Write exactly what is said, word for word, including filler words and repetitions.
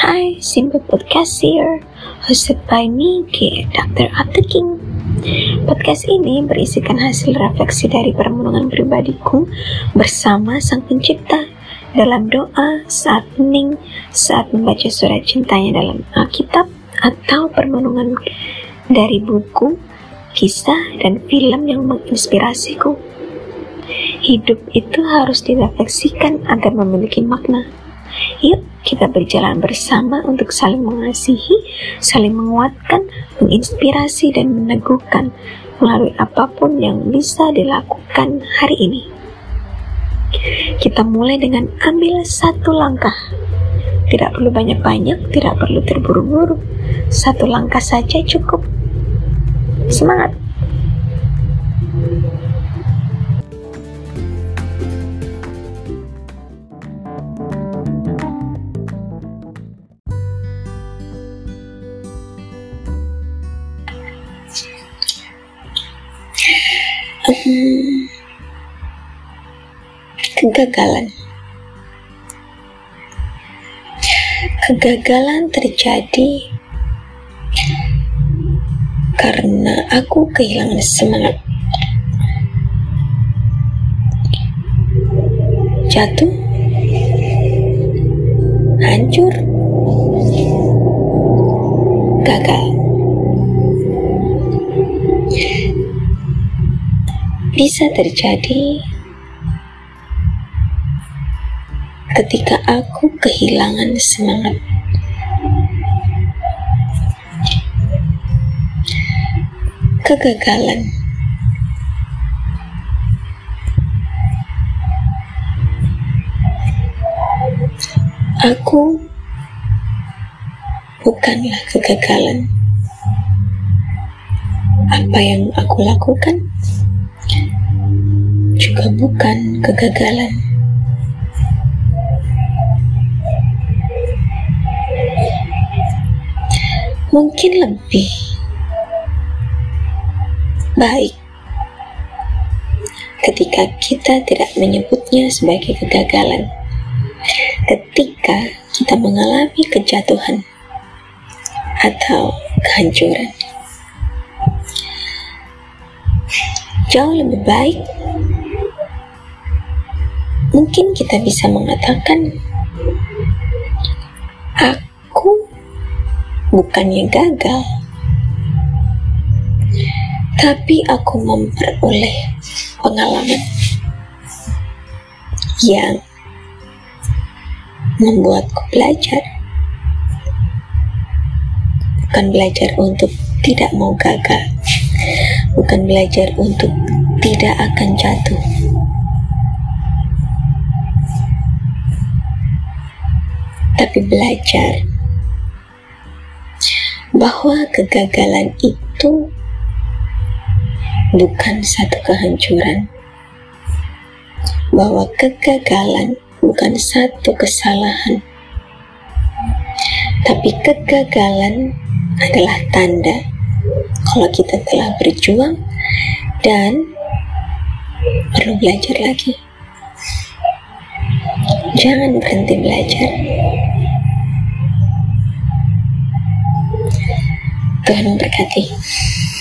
Hai, Simple Podcast here, hosted by me, K. dokter Abdul King. Podcast ini berisikan hasil refleksi dari perenungan pribadiku bersama Sang Pencipta dalam doa, saat hening, saat membaca surat cintanya dalam Alkitab, atau perenungan dari buku, kisah, dan film yang menginspirasiku. Hidup itu harus direfleksikan agar memiliki makna. Yuk, kita berjalan bersama untuk saling mengasihi, saling menguatkan, menginspirasi, dan meneguhkan melalui apapun yang bisa dilakukan hari ini. Kita mulai dengan ambil satu langkah. Tidak perlu banyak-banyak, tidak perlu terburu-buru. Satu langkah saja cukup. Semangat! Hmm, kegagalan. Kegagalan terjadi karena aku kehilangan semangat. Jatuh, hancur, gagal. Bisa terjadi ketika aku kehilangan semangat. Kegagalan aku bukanlah kegagalan. Apa yang aku lakukan juga bukan kegagalan. Mungkin lebih baik ketika kita tidak menyebutnya sebagai kegagalan. Ketika kita mengalami kejatuhan atau kehancuran, jauh lebih baik mungkin kita bisa mengatakan, aku bukannya gagal, tapi aku memperoleh pengalaman yang membuatku belajar. Bukan belajar untuk tidak mau gagal, bukan belajar untuk tidak akan jatuh, tapi belajar bahwa kegagalan itu bukan satu kehancuran, bahwa kegagalan bukan satu kesalahan, tapi kegagalan adalah tanda kalau kita telah berjuang dan perlu belajar lagi. Jangan berhenti belajar. Tuhan memberkati.